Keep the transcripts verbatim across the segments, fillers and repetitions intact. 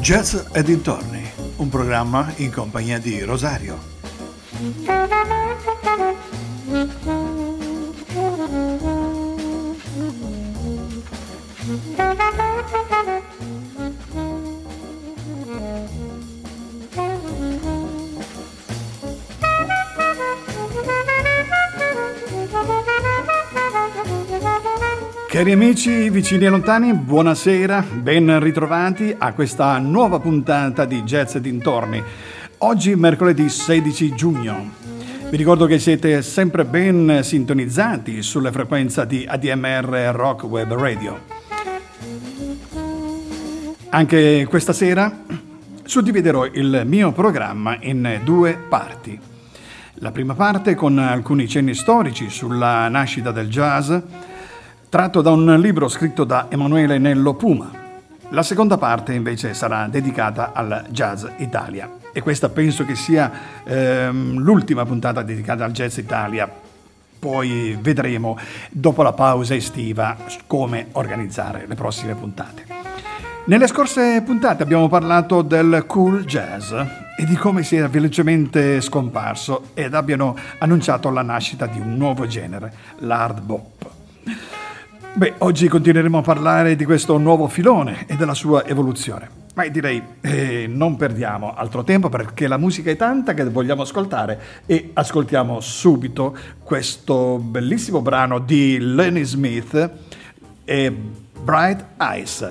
Jazz e dintorni, un programma in compagnia di Rosario. Cari amici vicini e lontani, buonasera, ben ritrovati a questa nuova puntata di Jazz e dintorni. Oggi mercoledì sedici giugno. Vi ricordo che siete sempre ben sintonizzati sulle frequenze di A D M R Rock Web Radio. Anche questa sera suddividerò il mio programma in due parti. La prima parte con alcuni cenni storici sulla nascita del jazz, tratto da un libro scritto da Emanuele Nello Puma. La seconda parte invece sarà dedicata al Jazz Italia e questa penso che sia ehm, l'ultima puntata dedicata al Jazz Italia. Poi vedremo dopo la pausa estiva come organizzare le prossime puntate. Nelle scorse puntate abbiamo parlato del cool jazz e di come sia velocemente scomparso ed abbiano annunciato la nascita di un nuovo genere, l'hard bop. Beh, oggi continueremo a parlare di questo nuovo filone e della sua evoluzione. Ma direi, eh, non perdiamo altro tempo perché la musica è tanta che vogliamo ascoltare e ascoltiamo subito questo bellissimo brano di Lenny Smith e Bright Eyes.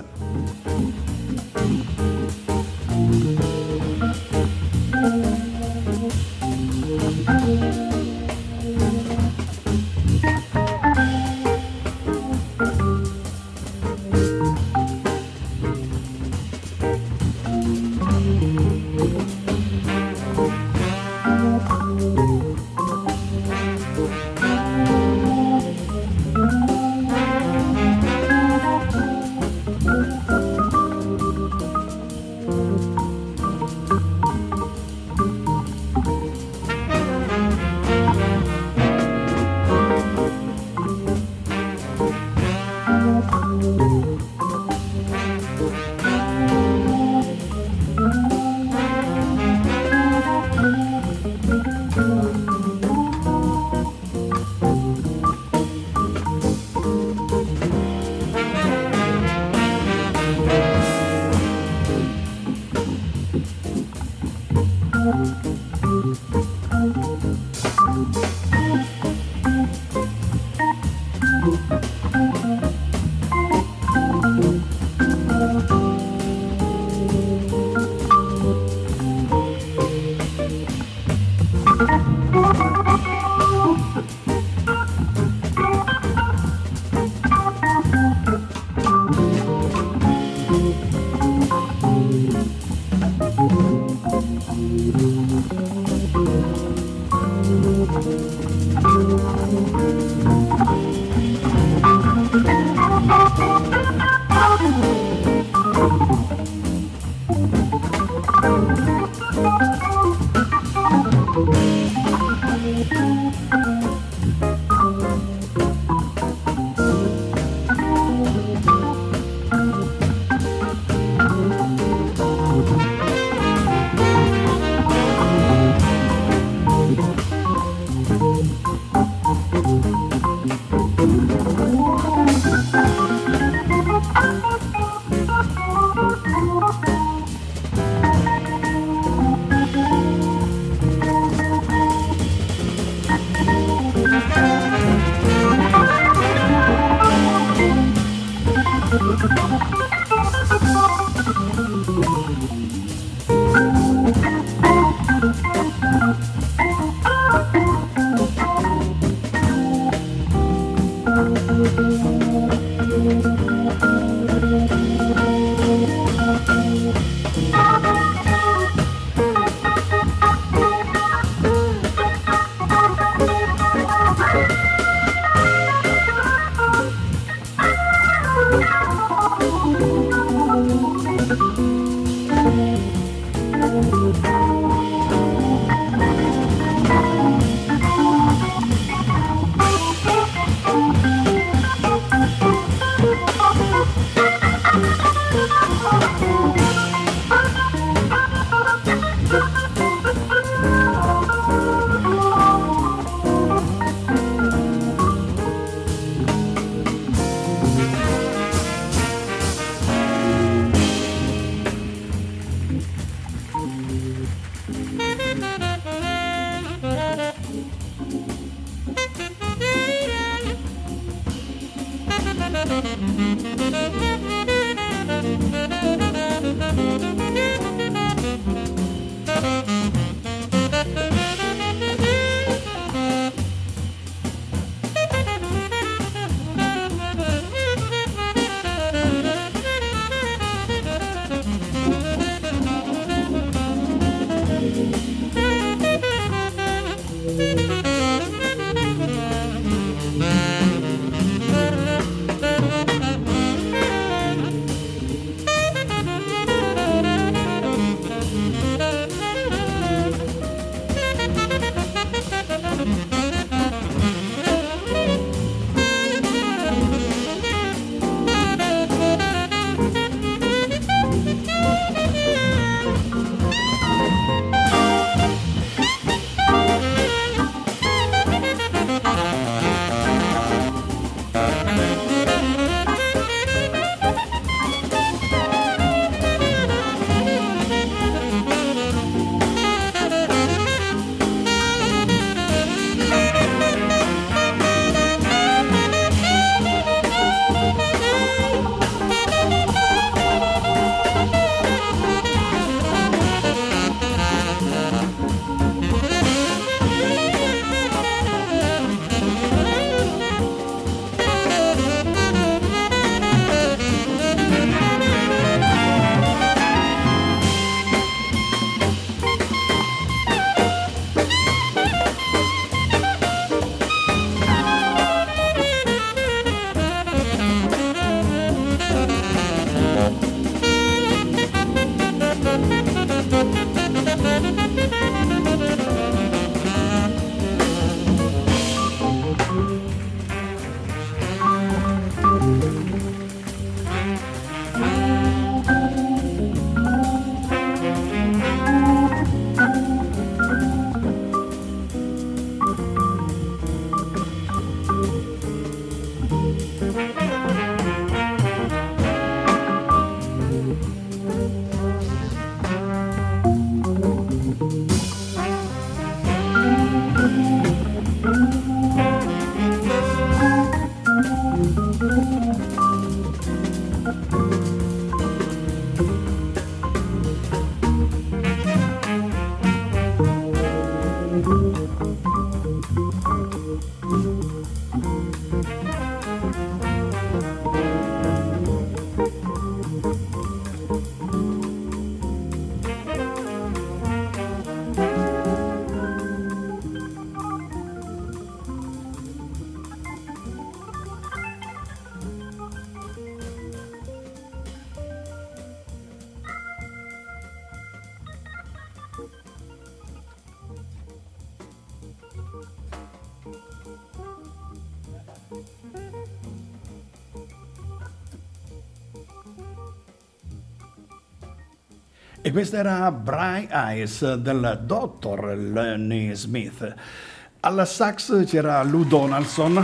E questa era Bright Eyes del dottor Lonnie Smith. Alla sax c'era Lou Donaldson,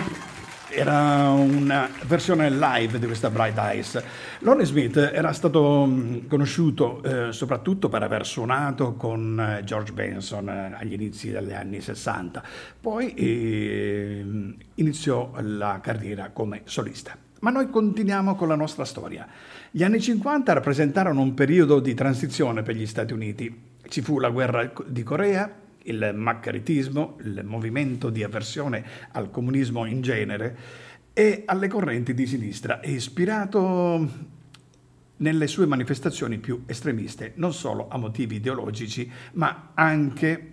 era una versione live di questa Bright Eyes. Lonnie Smith era stato conosciuto eh, soprattutto per aver suonato con eh, George Benson eh, agli inizi degli anni sessanta, poi eh, iniziò la carriera come solista. Ma noi continuiamo con la nostra storia. Gli anni cinquanta rappresentarono un periodo di transizione per gli Stati Uniti. Ci fu la guerra di Corea, il maccarismo, il movimento di avversione al comunismo in genere e alle correnti di sinistra, e ispirato nelle sue manifestazioni più estremiste, non solo a motivi ideologici, ma anche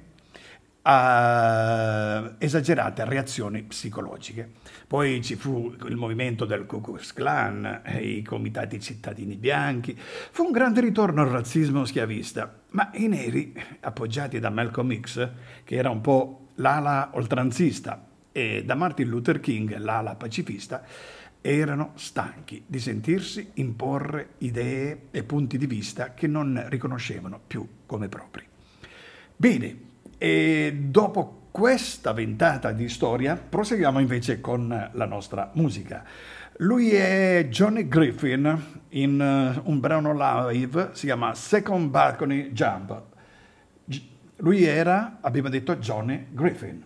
a esagerate reazioni psicologiche. Poi ci fu il movimento del Ku Klux Klan, i comitati cittadini bianchi. Fu un grande ritorno al razzismo schiavista, ma i neri, appoggiati da Malcolm X, che era un po' l'ala oltranzista, e da Martin Luther King, l'ala pacifista, erano stanchi di sentirsi imporre idee e punti di vista che non riconoscevano più come propri. Bene, e dopo questa ventata di storia proseguiamo invece con la nostra musica. Lui è Johnny Griffin in uh, un brano live, si chiama Second Balcony Jump. G- lui era, abbiamo detto, Johnny Griffin.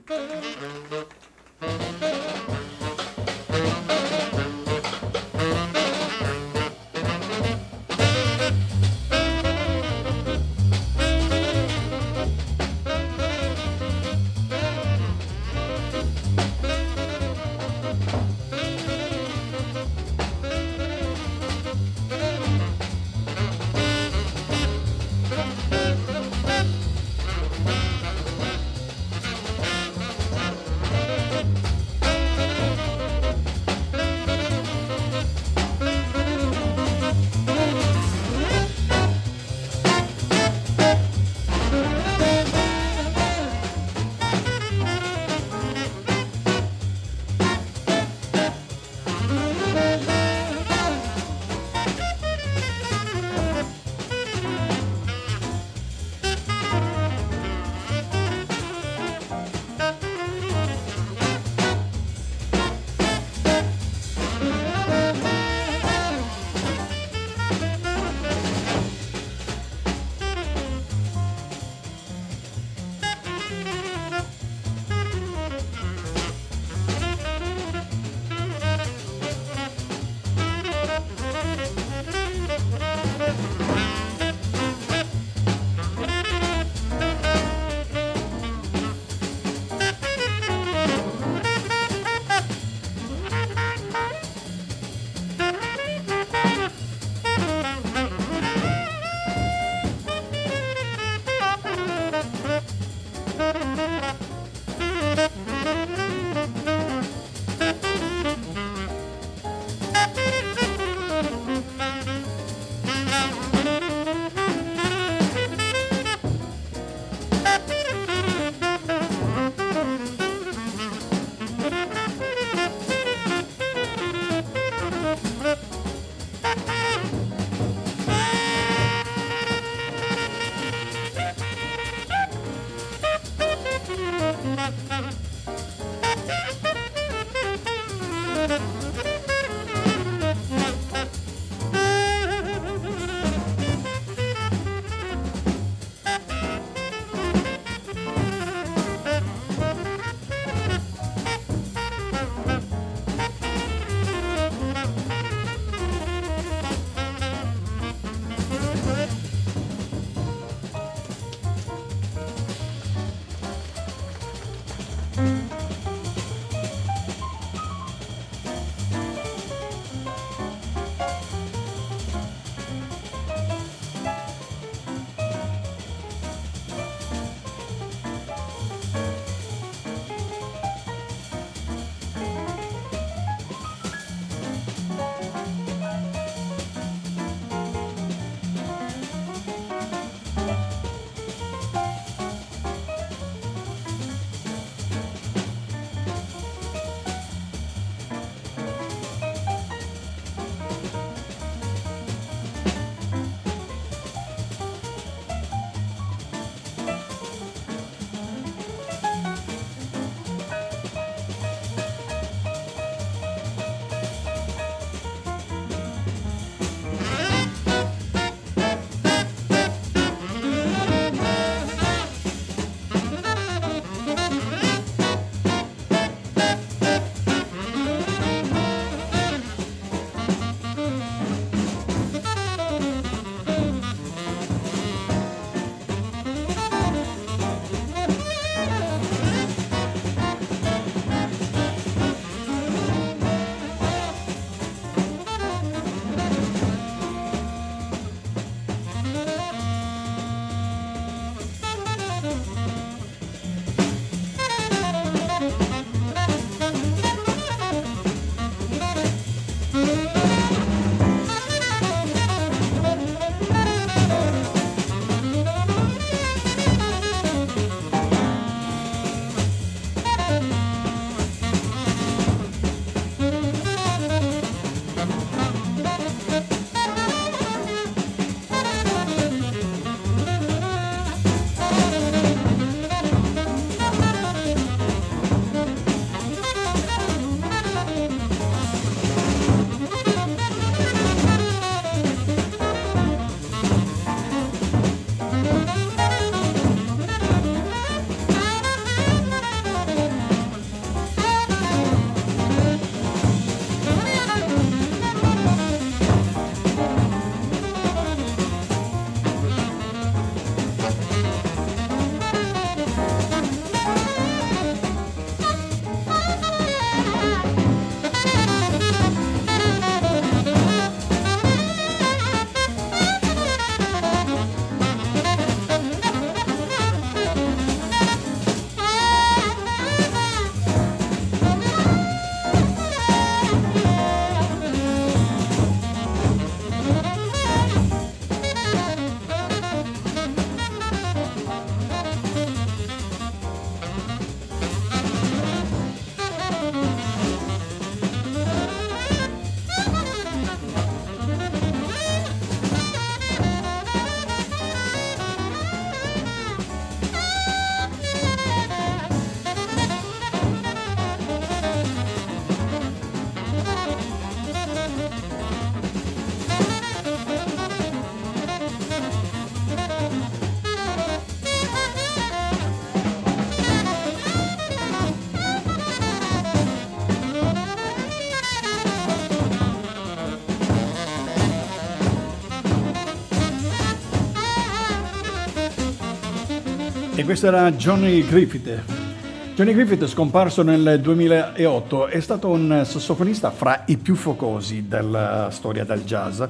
E questo era Johnny Griffith. Johnny Griffith, scomparso nel duemilaotto, è stato un sassofonista fra i più focosi della storia del jazz.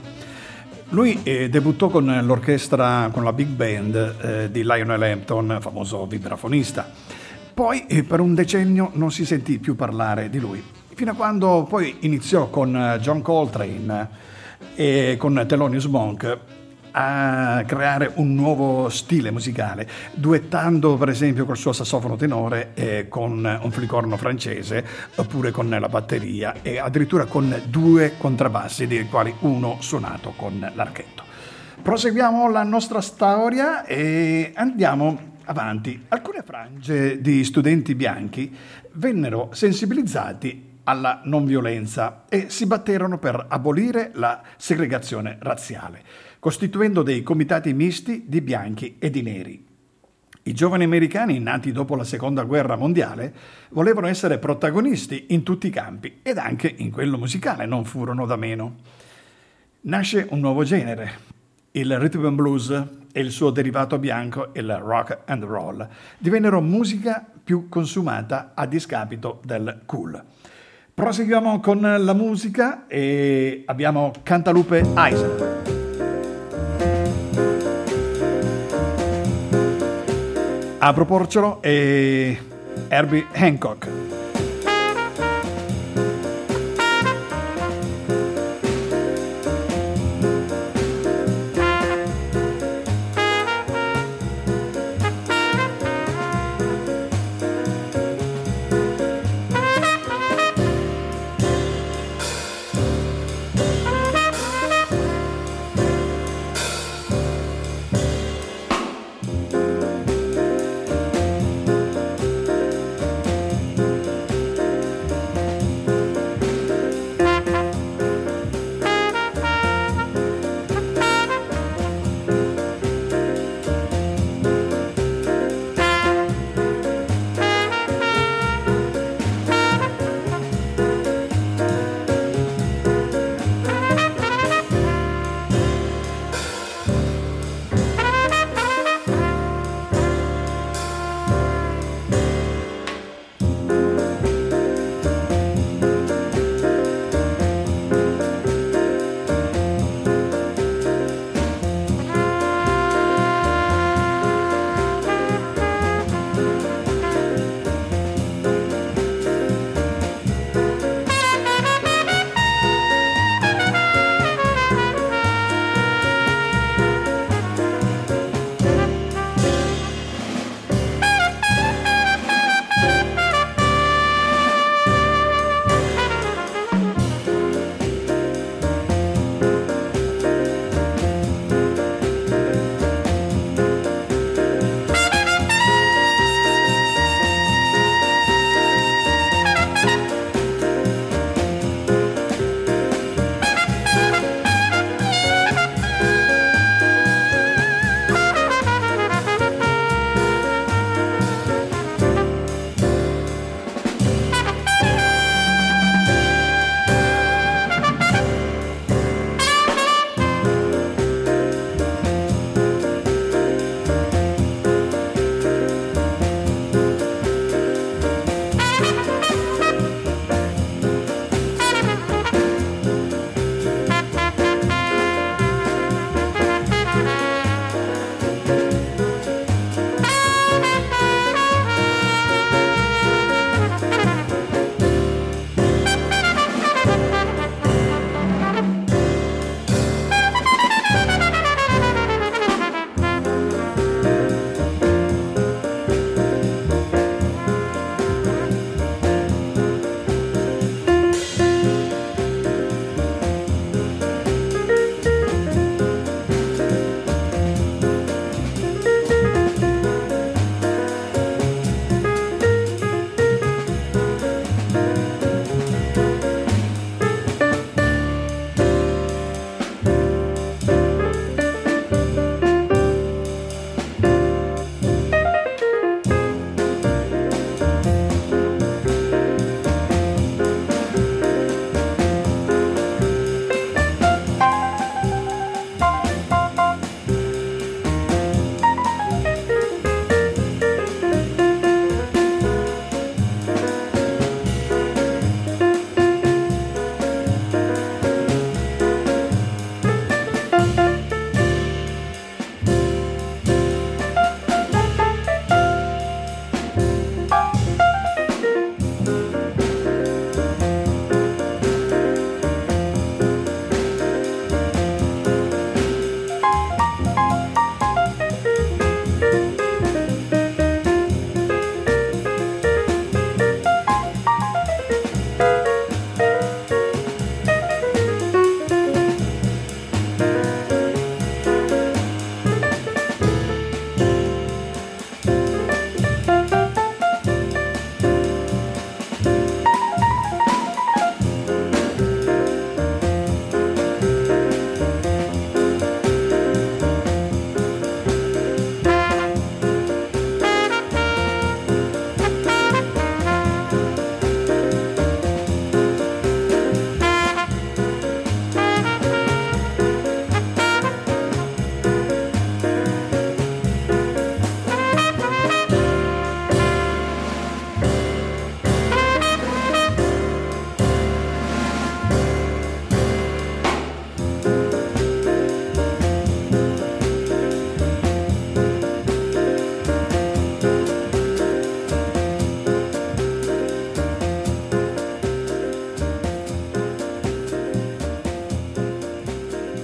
Lui eh, debuttò con l'orchestra, con la big band eh, di Lionel Hampton, famoso vibrafonista. Poi eh, per un decennio non si sentì più parlare di lui, fino a quando poi iniziò con John Coltrane e con Thelonious Monk a creare un nuovo stile musicale, duettando per esempio col suo sassofono tenore e con un flicorno francese, oppure con la batteria e addirittura con due contrabbassi, dei quali uno suonato con l'archetto. Proseguiamo la nostra storia e andiamo avanti. Alcune frange di studenti bianchi vennero sensibilizzati alla non violenza e si batterono per abolire la segregazione razziale, costituendo dei comitati misti di bianchi e di neri. I giovani americani nati dopo la Seconda Guerra Mondiale volevano essere protagonisti in tutti i campi ed anche in quello musicale non furono da meno. Nasce un nuovo genere, il rhythm and blues e il suo derivato bianco, il rock and roll, divennero musica più consumata a discapito del cool. Proseguiamo con la musica e abbiamo Cantalupe Eisen. A proporcelo è Herbie Hancock.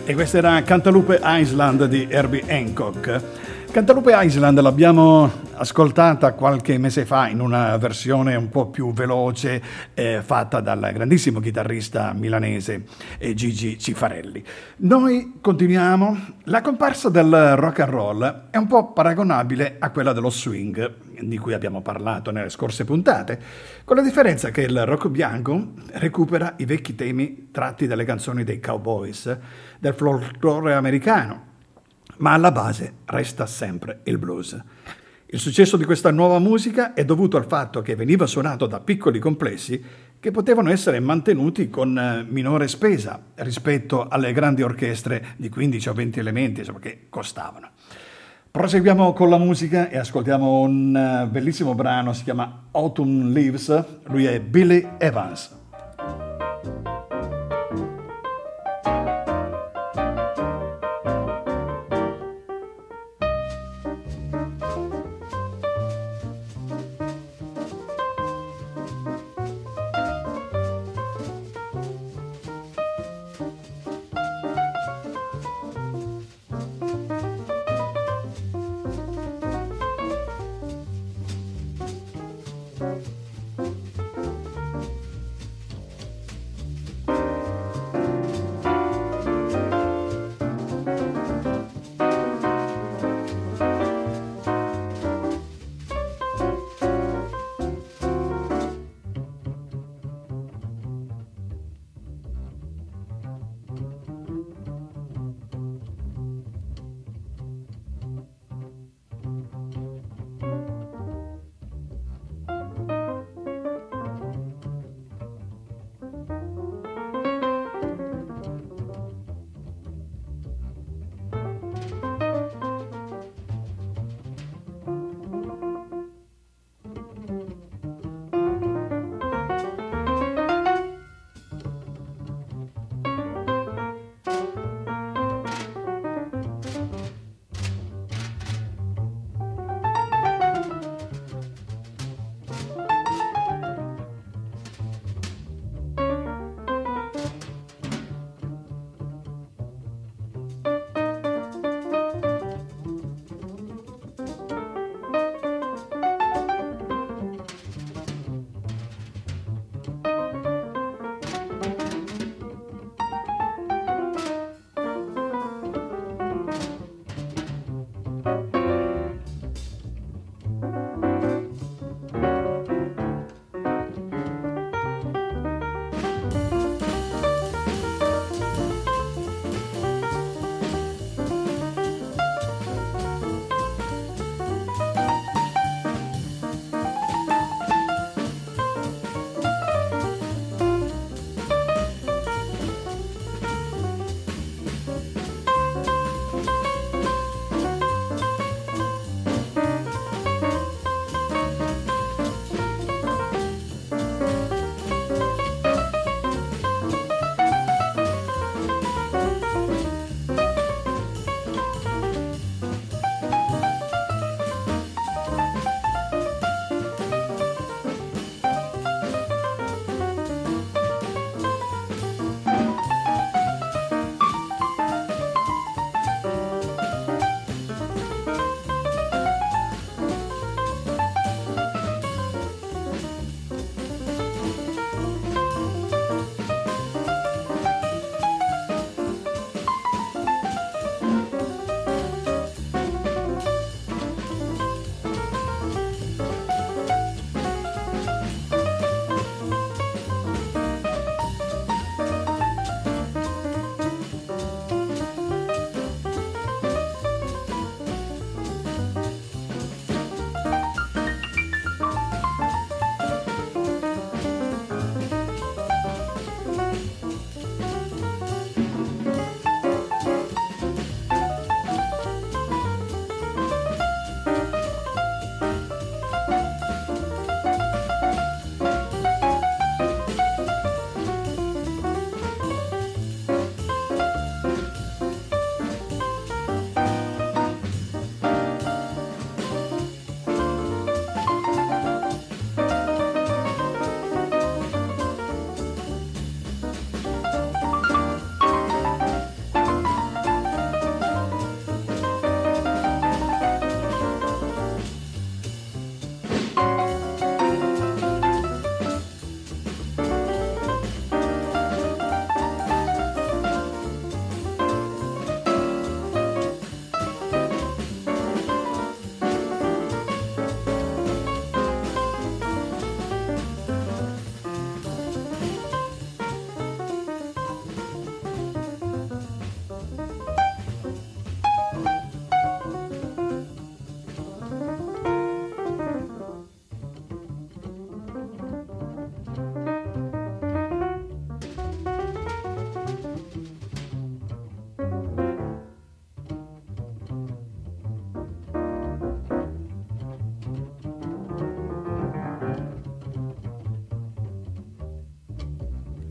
E questa era Cantaloupe Island di Herbie Hancock. Cantaloupe Island l'abbiamo ascoltata qualche mese fa in una versione un po' più veloce eh, fatta dal grandissimo chitarrista milanese eh, Gigi Cifarelli. Noi continuiamo. La comparsa del rock and roll è un po' paragonabile a quella dello swing di cui abbiamo parlato nelle scorse puntate, con la differenza che il rock bianco recupera i vecchi temi tratti dalle canzoni dei cowboys, del folklore americano, ma alla base resta sempre il blues. Il successo di questa nuova musica è dovuto al fatto che veniva suonato da piccoli complessi che potevano essere mantenuti con minore spesa rispetto alle grandi orchestre di quindici o venti elementi, insomma, che costavano. Proseguiamo con la musica e ascoltiamo un bellissimo brano, si chiama Autumn Leaves, lui è Billy Evans.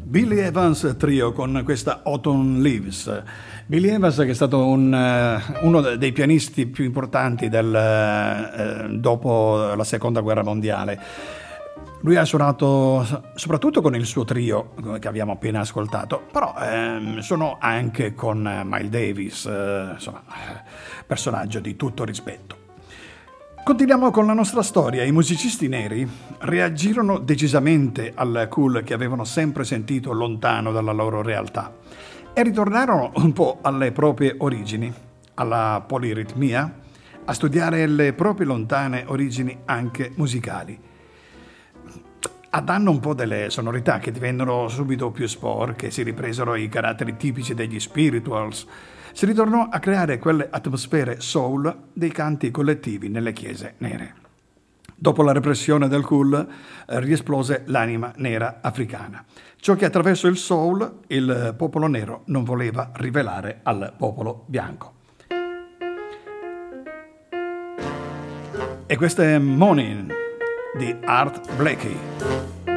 Billy Evans Trio con questa Autumn Leaves. Billy Evans, che è stato un, uh, uno dei pianisti più importanti del, uh, dopo la seconda guerra mondiale. Lui ha suonato soprattutto con il suo trio che abbiamo appena ascoltato, però ehm, suonò anche con Miles Davis, eh, insomma, personaggio di tutto rispetto. Continuiamo con la nostra storia. I musicisti neri reagirono decisamente al cool che avevano sempre sentito lontano dalla loro realtà e ritornarono un po' alle proprie origini, alla poliritmia, a studiare le proprie lontane origini anche musicali. A danno un po' delle sonorità che divennero subito più sporche, si ripresero i caratteri tipici degli spirituals, si ritornò a creare quelle atmosfere soul dei canti collettivi nelle chiese nere. Dopo la repressione del cool eh, riesplose l'anima nera africana, ciò che attraverso il soul il popolo nero non voleva rivelare al popolo bianco. E questo è Morning di Art Blakey.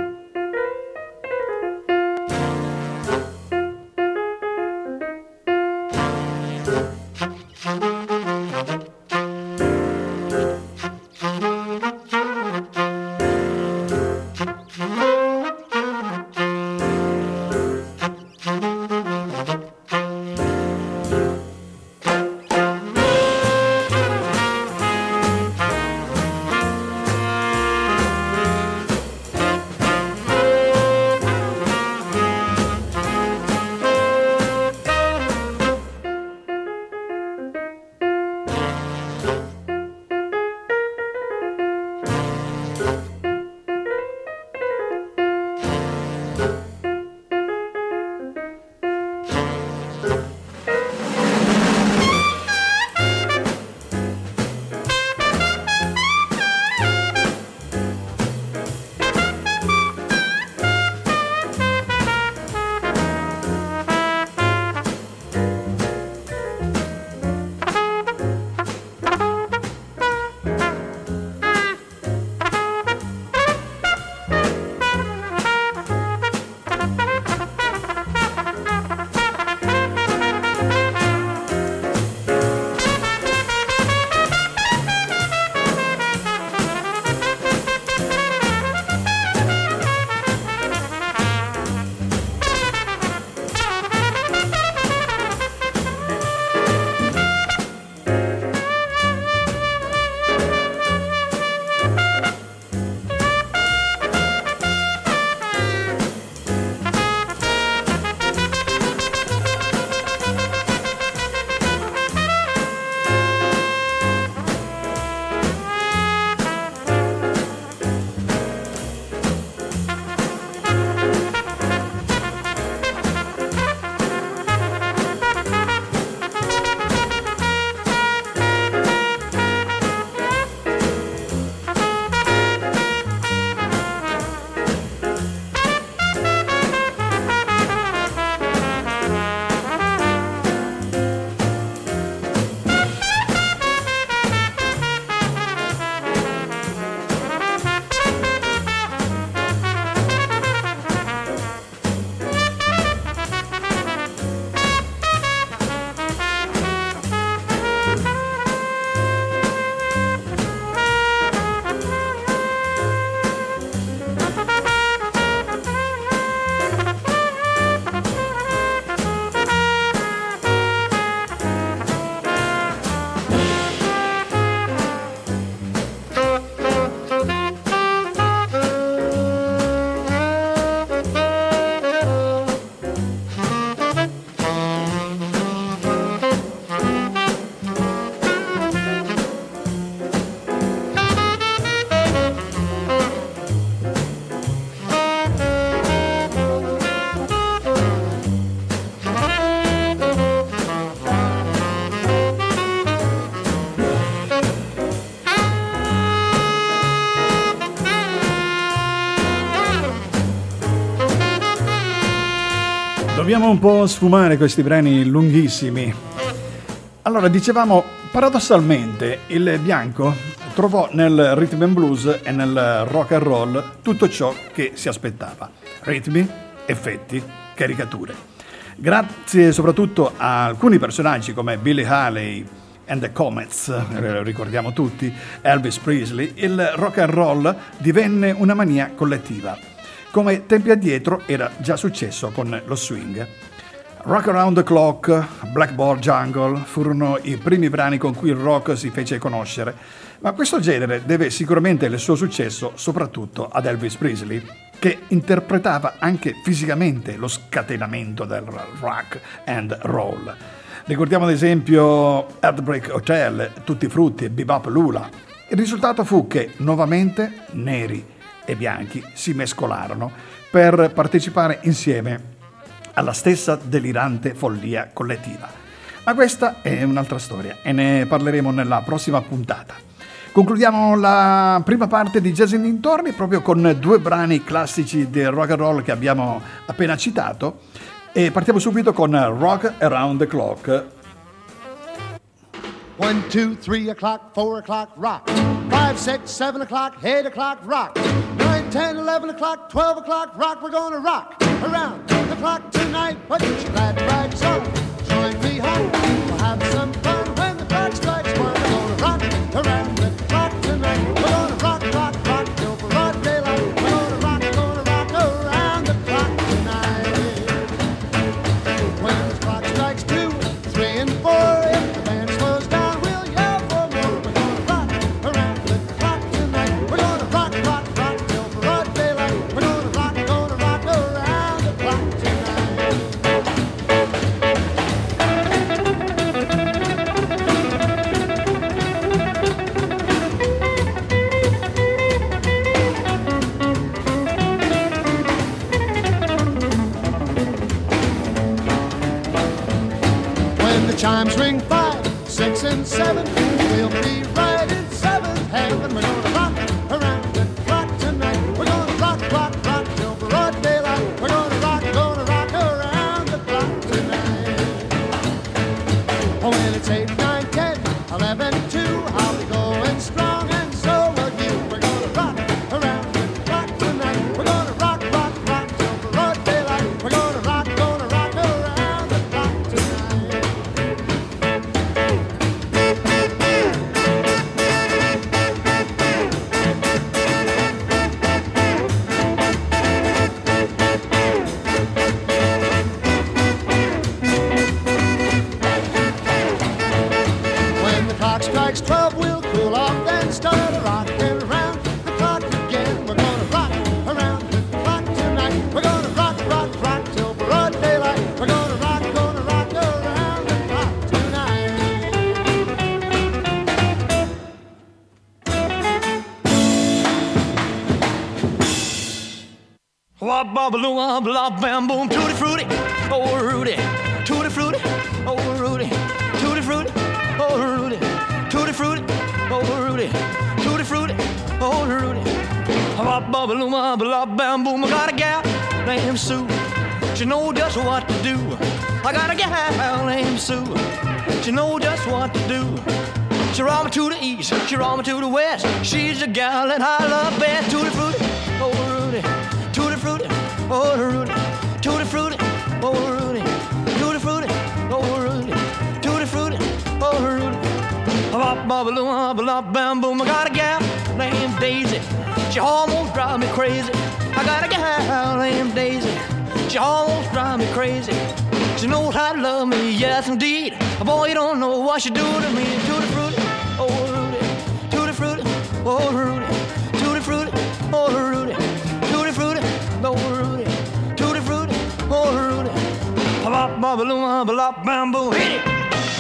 Dobbiamo un po' sfumare questi brani lunghissimi. Allora, dicevamo, paradossalmente il bianco trovò nel rhythm and blues e nel rock and roll tutto ciò che si aspettava: ritmi effetti, caricature. Grazie soprattutto a alcuni personaggi come Billy Haley and the Comets, lo ricordiamo tutti, Elvis Presley, il rock and roll divenne una mania collettiva, come tempi addietro era già successo con lo swing. Rock Around the Clock, Blackboard Jungle furono i primi brani con cui il rock si fece conoscere, ma questo genere deve sicuramente il suo successo soprattutto ad Elvis Presley, che interpretava anche fisicamente lo scatenamento del rock and roll. Ricordiamo ad esempio Heartbreak Hotel, Tutti i Frutti e Bebop Lula. Il risultato fu che nuovamente neri e bianchi si mescolarono per partecipare insieme alla stessa delirante follia collettiva. Ma questa è un'altra storia e ne parleremo nella prossima puntata. Concludiamo la prima parte di Jazz in Dintorni proprio con due brani classici del rock and roll che abbiamo appena citato e partiamo subito con Rock Around the Clock. One, two, three o'clock, four o'clock, rock. Five, six, seven o'clock, eight o'clock, rock. Nine, ten, eleven o'clock, twelve o'clock, rock. We're gonna rock around the clock tonight. But you're glad to ride, so join me home. We'll have some fun when the clock strikes one. We're gonna rock around the clock tonight. We're gonna rock, rock, rock till broad daylight. We're gonna rock, gonna rock around the clock tonight. When the clock strikes two, three, and four, if the band slows down, we'll yell for more. We're gonna rock around the clock tonight. We're gonna rock, rock, rock till broad daylight. We're gonna rock, gonna rock around the clock tonight. When the chimes ring five, six, and seven, we'll be right in seventh heaven. We're gonna rock around the clock tonight. We're gonna rock, rock, rock till broad daylight. We're gonna rock, gonna rock around the clock tonight. Oh, when it's eight, nine, ten, eleven, two, I'll be going strong and so will you. We're gonna rock around the clock tonight. We're gonna rock, rock, rock till broad daylight. We're gonna rock, gonna rock around the clock tonight. When the clock strikes twelve, we'll cool off, then start a rockin' around the clock again. We're gonna rock around the clock tonight. We're gonna rock, rock, rock till broad daylight. We're gonna rock, gonna rock around the clock tonight. Wop bop baloo wop bop bam boom tutti frutti, oh Rudy, tutti frutti, oh Rudy, tutti frutti, oh Rudy, tutti frutti, oh Rudy, tutti frutti, oh Rudy. Wop bop baloo wop bop bam boom. I got a gal named Sue, she know just what to do. I got a gal named Sue, she know just what to do. She roll me to the east, she roll me to the west. She's the gal that I love best. Tutti frutti, oh Rudy. Tutti frutti, oh Rudy, tutti frutti, oh Rudy, tutti frutti, oh Rudy, tutti frutti, oh Rudy. Bop bop baloo bop bop bam boom. I got a gal named Daisy, she almost drives me crazy. I got a gal named Daisy, she almost drives me crazy. She knows how to love me, yes indeed. Boy, you don't know what she do to me. Tutti frutti, oh Rudy, tutti frutti, oh Rudy, tutti frutti, oh Rudy. Tutti frutti, oh Rudy, tutti frutti, oh Rudy. Bop bop baloo bop bam boom. Hit it.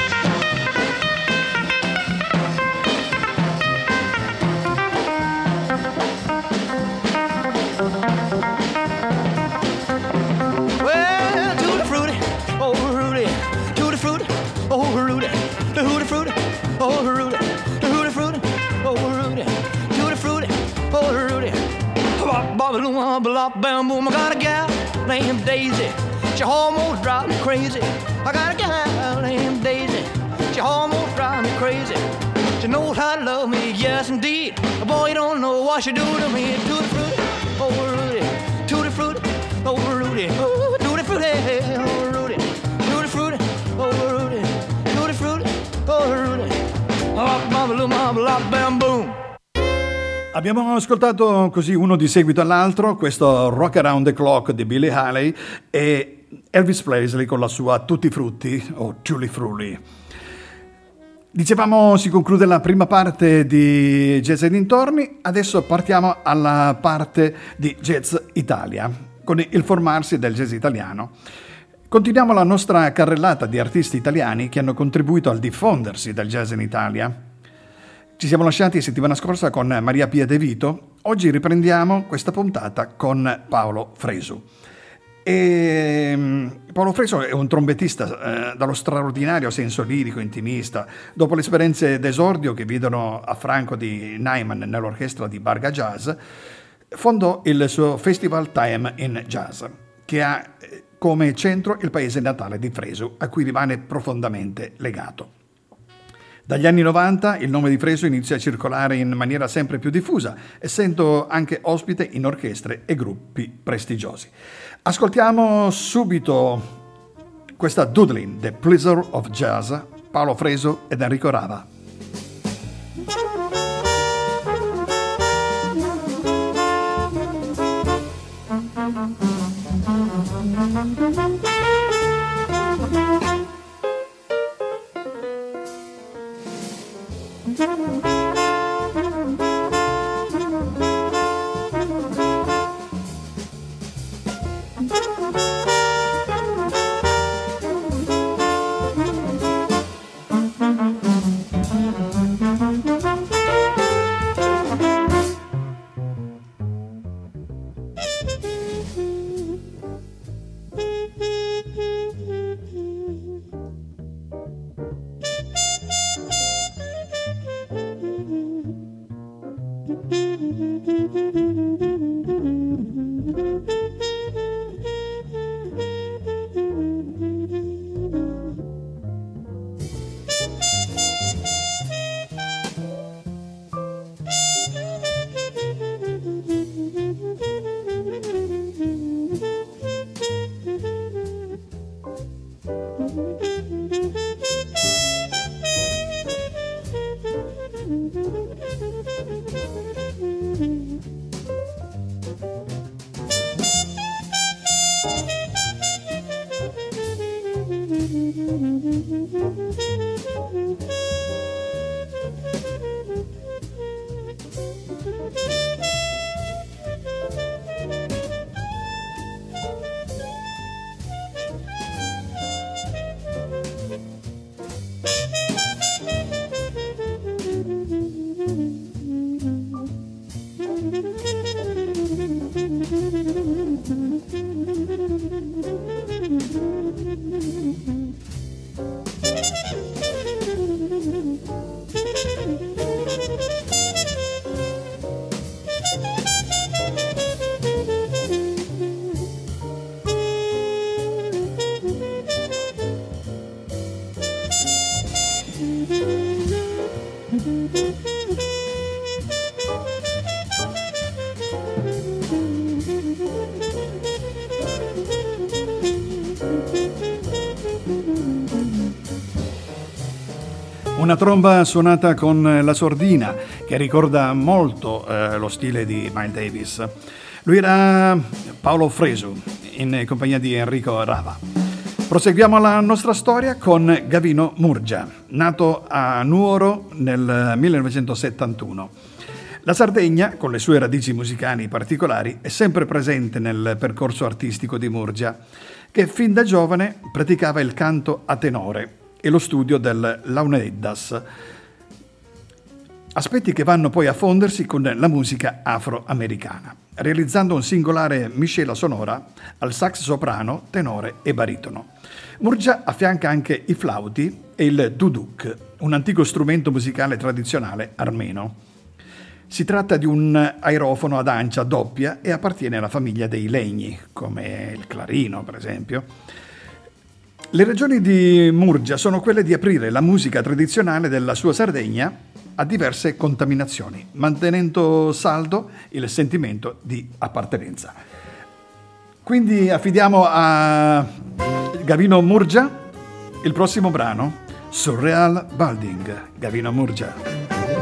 Well, tutti frutti, oh Rudy, tutti frutti, oh Rudy, tutti frutti, oh Rudy, tutti frutti, oh Rudy, tutti frutti, oh Rudy. Bop bop baloo bop bam boom. I got a gal named Daisy, she almost drives me crazy. I got a gal named Daisy, she almost drives me crazy. She knows how to love me, yes indeed. Boy, you don't know what she do to me. Tutti frutti, oh Rudy, tutti frutti, oh Rudy. Rudy, oh, tutti frutti, oh, Rudy, tutti frutti, oh, Rudy, tutti frutti, oh, Rudy, oh, mama, lu, mama, la, bam, boom. Abbiamo ascoltato così uno di seguito all'altro questo Rock Around the Clock di Billie Holiday e Elvis Presley con la sua Tutti Frutti o Tutti Frutti. Dicevamo si conclude la prima parte di Jazz e dintorni, adesso partiamo alla parte di Jazz Italia con il formarsi del jazz italiano. Continuiamo la nostra carrellata di artisti italiani che hanno contribuito al diffondersi del jazz in Italia. Ci siamo lasciati settimana scorsa con Maria Pia De Vito, oggi riprendiamo questa puntata con Paolo Fresu. E Paolo Fresu è un trombettista eh, dallo straordinario senso lirico, intimista. Dopo le esperienze d'esordio che videro a fianco di Nyman nell'orchestra di Barga Jazz, fondò il suo Festival Time in Jazz, che ha come centro il paese natale di Fresu, a cui rimane profondamente legato. Dagli anni novanta il nome di Fresu inizia a circolare in maniera sempre più diffusa, essendo anche ospite in orchestre e gruppi prestigiosi. Ascoltiamo subito questa Doodling, The Pleasure of Jazz, Paolo Fresu ed Enrico Rava. Una tromba suonata con la sordina che ricorda molto eh, lo stile di Miles Davis. Lui era Paolo Fresu in compagnia di Enrico Rava. Proseguiamo la nostra storia con Gavino Murgia, nato a Nuoro nel millenovecentosettantuno. La Sardegna, con le sue radici musicali particolari, è sempre presente nel percorso artistico di Murgia, che fin da giovane praticava il canto a tenore e lo studio del launeddas, aspetti che vanno poi a fondersi con la musica afroamericana, realizzando un singolare miscela sonora al sax soprano, tenore e baritono. Murgia affianca anche i flauti e il duduk, un antico strumento musicale tradizionale armeno. Si tratta di un aerofono ad ancia doppia e appartiene alla famiglia dei legni, come il clarino, per esempio. Le ragioni di Murgia sono quelle di aprire la musica tradizionale della sua Sardegna a diverse contaminazioni, mantenendo saldo il sentimento di appartenenza. Quindi affidiamo a Gavino Murgia il prossimo brano, Surreal Building. Gavino Murgia.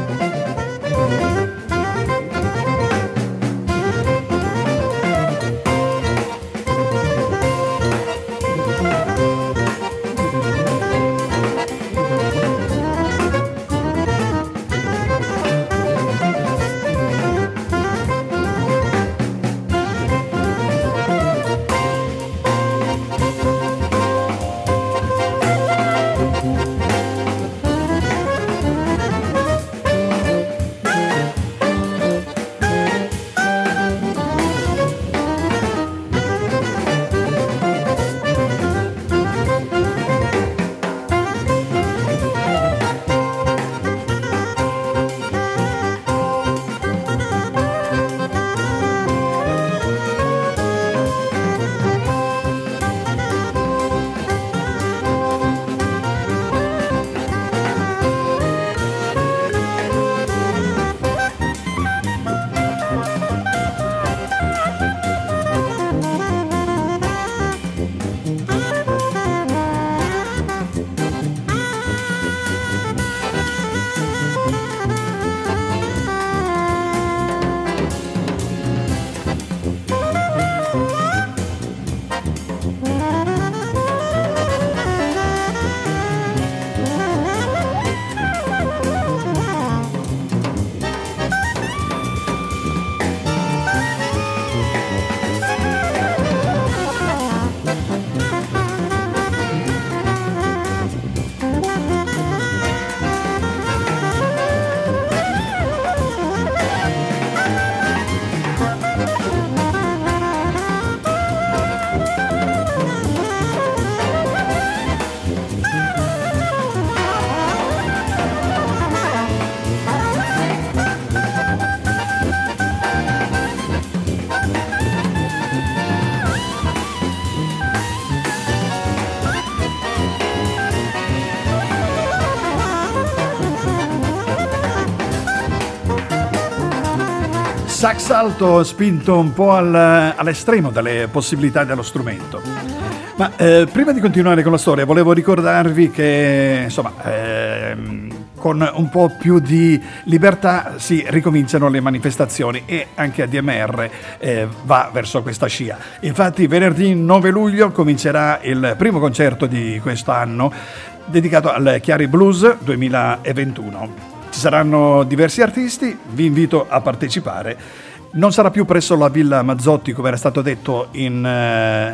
Sax alto spinto un po' al, all'estremo delle possibilità dello strumento. Ma eh, prima di continuare con la storia volevo ricordarvi che insomma eh, con un po' più di libertà si ricominciano le manifestazioni e anche A D M R eh, va verso questa scia. Infatti venerdì nove luglio comincerà il primo concerto di quest'anno dedicato al Chiari Blues duemilaventuno. Ci saranno diversi artisti, vi invito a partecipare. Non sarà più presso la Villa Mazzotti come era stato detto in, eh,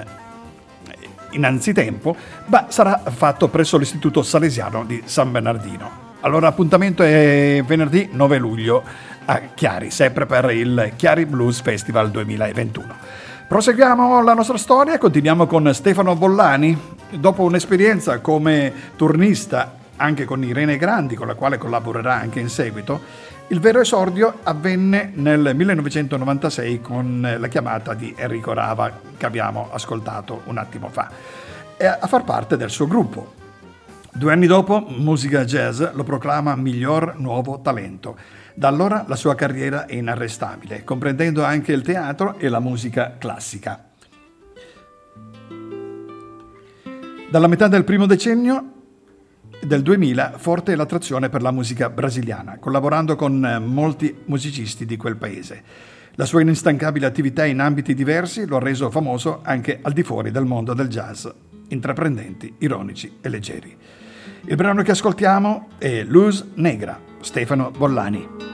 innanzitempo, ma sarà fatto presso l'Istituto Salesiano di San Bernardino. Allora l'appuntamento è venerdì nove luglio a Chiari, sempre per il Chiari Blues Festival duemilaventuno. Proseguiamo la nostra storia, continuiamo con Stefano Bollani. Dopo un'esperienza come turnista anche con Irene Grandi, con la quale collaborerà anche in seguito, il vero esordio avvenne nel millenovecentonovantasei con la chiamata di Enrico Rava, che abbiamo ascoltato un attimo fa, a far parte del suo gruppo. Due anni dopo, Musica Jazz lo proclama miglior nuovo talento. Da allora la sua carriera è inarrestabile, comprendendo anche il teatro e la musica classica. Dalla metà del primo decennio del duemila forte è l'attrazione per la musica brasiliana, collaborando con molti musicisti di quel paese. La sua instancabile attività in ambiti diversi lo ha reso famoso anche al di fuori del mondo del jazz, intraprendenti, ironici e leggeri. Il brano che ascoltiamo è Luz Negra, Stefano Bollani.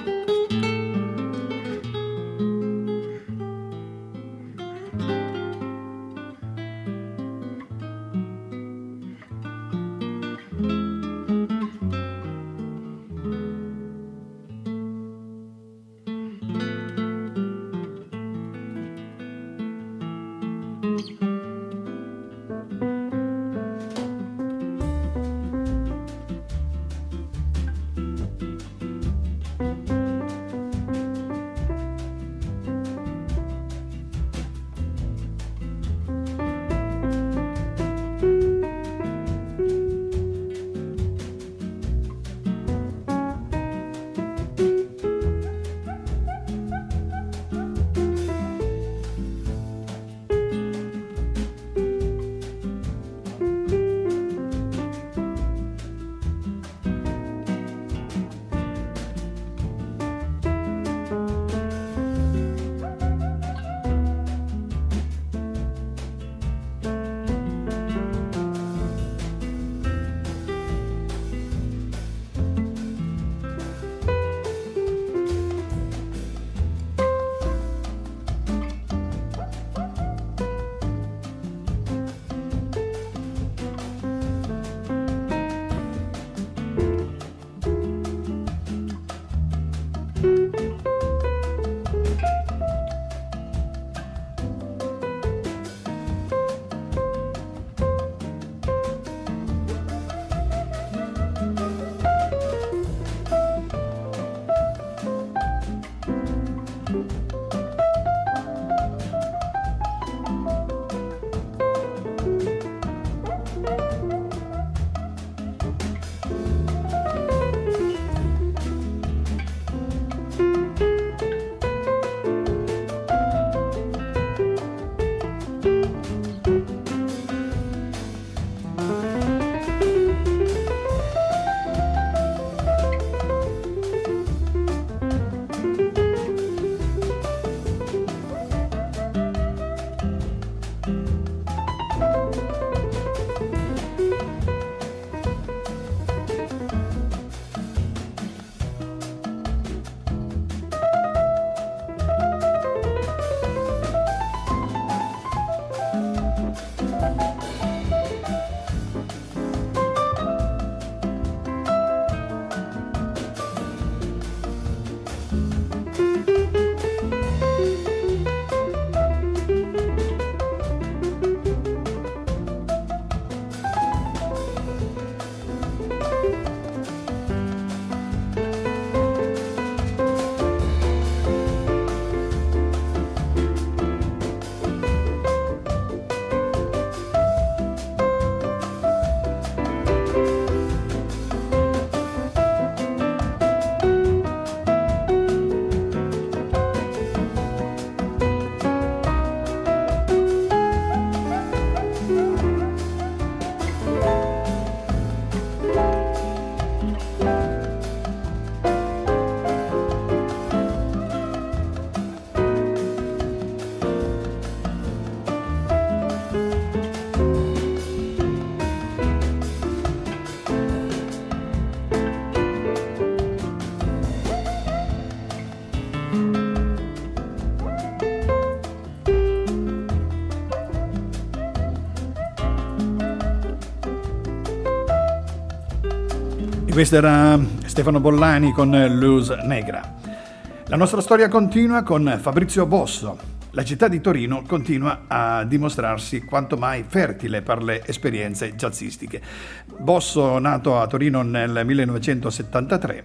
E questo era Stefano Bollani con Luz Negra. La nostra storia continua con Fabrizio Bosso. La città di Torino continua a dimostrarsi quanto mai fertile per le esperienze jazzistiche. Bosso, nato a Torino nel millenovecentosettantatré,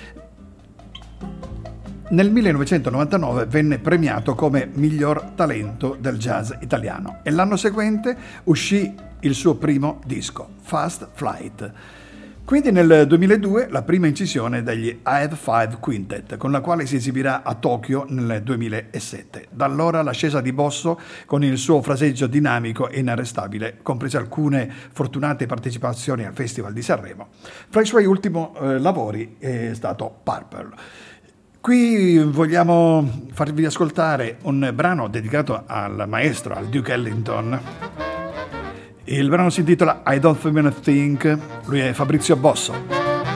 nel millenovecentonovantanove venne premiato come miglior talento del jazz italiano e l'anno seguente uscì il suo primo disco, Fast Flight. Quindi nel duemiladue la prima incisione degli I Have Five Quintet, con la quale si esibirà a Tokyo nel duemilasette. Da allora l'ascesa di Bosso, con il suo fraseggio dinamico e inarrestabile, comprese alcune fortunate partecipazioni al Festival di Sanremo. Fra i suoi ultimi eh, lavori è stato Purple. Qui vogliamo farvi ascoltare un brano dedicato al maestro, al Duke Ellington. Il brano si intitola I Don't Even Think. Lui è Fabrizio Bosso.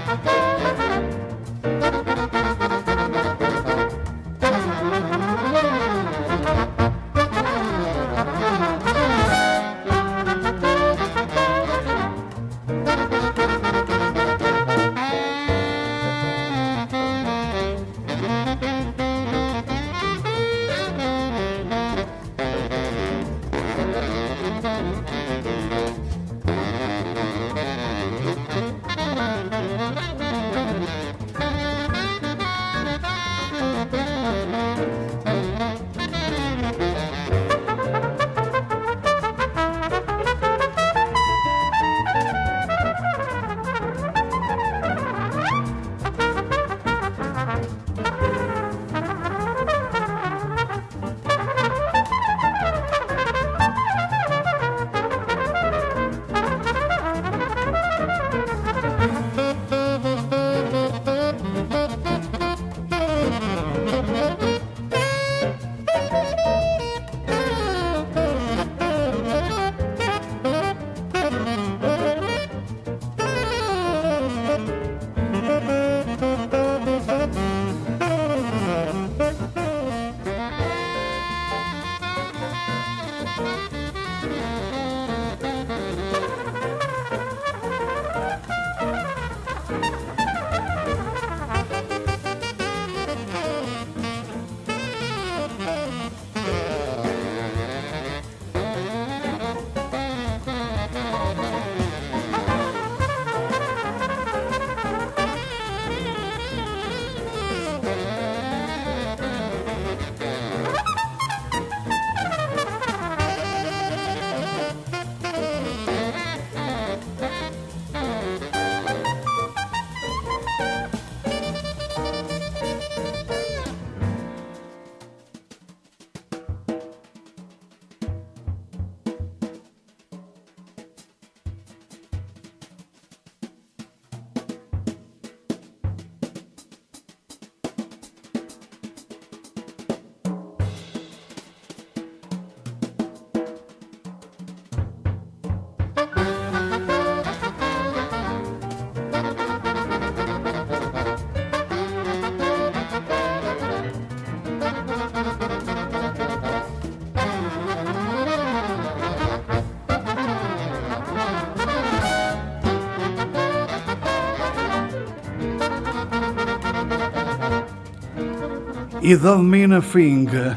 It Don't Mean a Thing.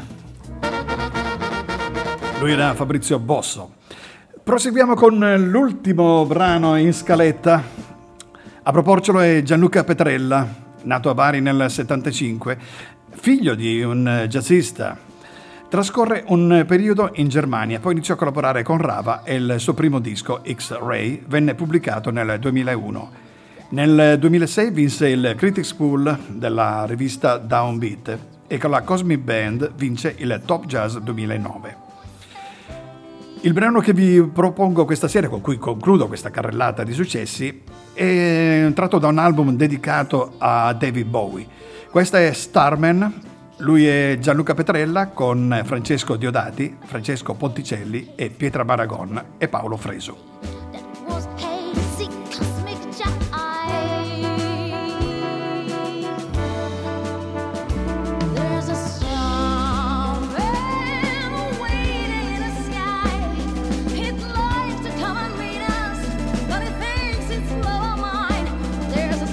Lui era Fabrizio Bosso. Proseguiamo con l'ultimo brano in scaletta. A proporcelo è Gianluca Petrella, nato a Bari nel settantacinque, figlio di un jazzista. Trascorre un periodo in Germania, poi iniziò a collaborare con Rava e il suo primo disco, X-Ray, venne pubblicato nel duemilauno. Nel duemilasei vinse il Critics Pool della rivista Downbeat e con la Cosmic Band vince il Top Jazz duemilanove. Il brano che vi propongo questa sera, con cui concludo questa carrellata di successi, è tratto da un album dedicato a David Bowie. Questa è Starman, lui è Gianluca Petrella con Francesco Diodati, Francesco Ponticelli e Pietra Maragon e Paolo Fresu. There's a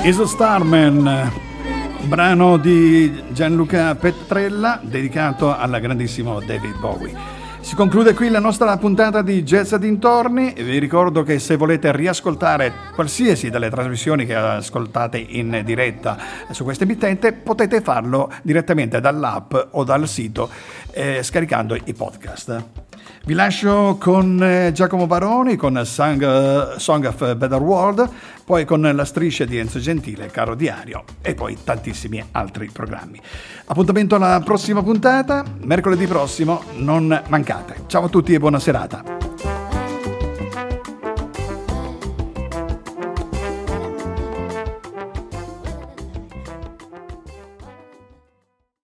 Is a Starman, brano di Gianluca Petrella dedicato al grandissimo David Bowie. Si conclude qui la nostra puntata di Jazz a dintorni. Vi ricordo che se volete riascoltare qualsiasi delle trasmissioni che ascoltate in diretta su questa emittente, potete farlo direttamente dall'app o dal sito eh, scaricando i podcast. Vi lascio con eh, Giacomo Baroni, con Song, uh, Song of Better World, poi con la striscia di Enzo Gentile, Caro Diario, e poi tantissimi altri programmi. Appuntamento alla prossima puntata, mercoledì prossimo, non mancate. Ciao a tutti e buona serata.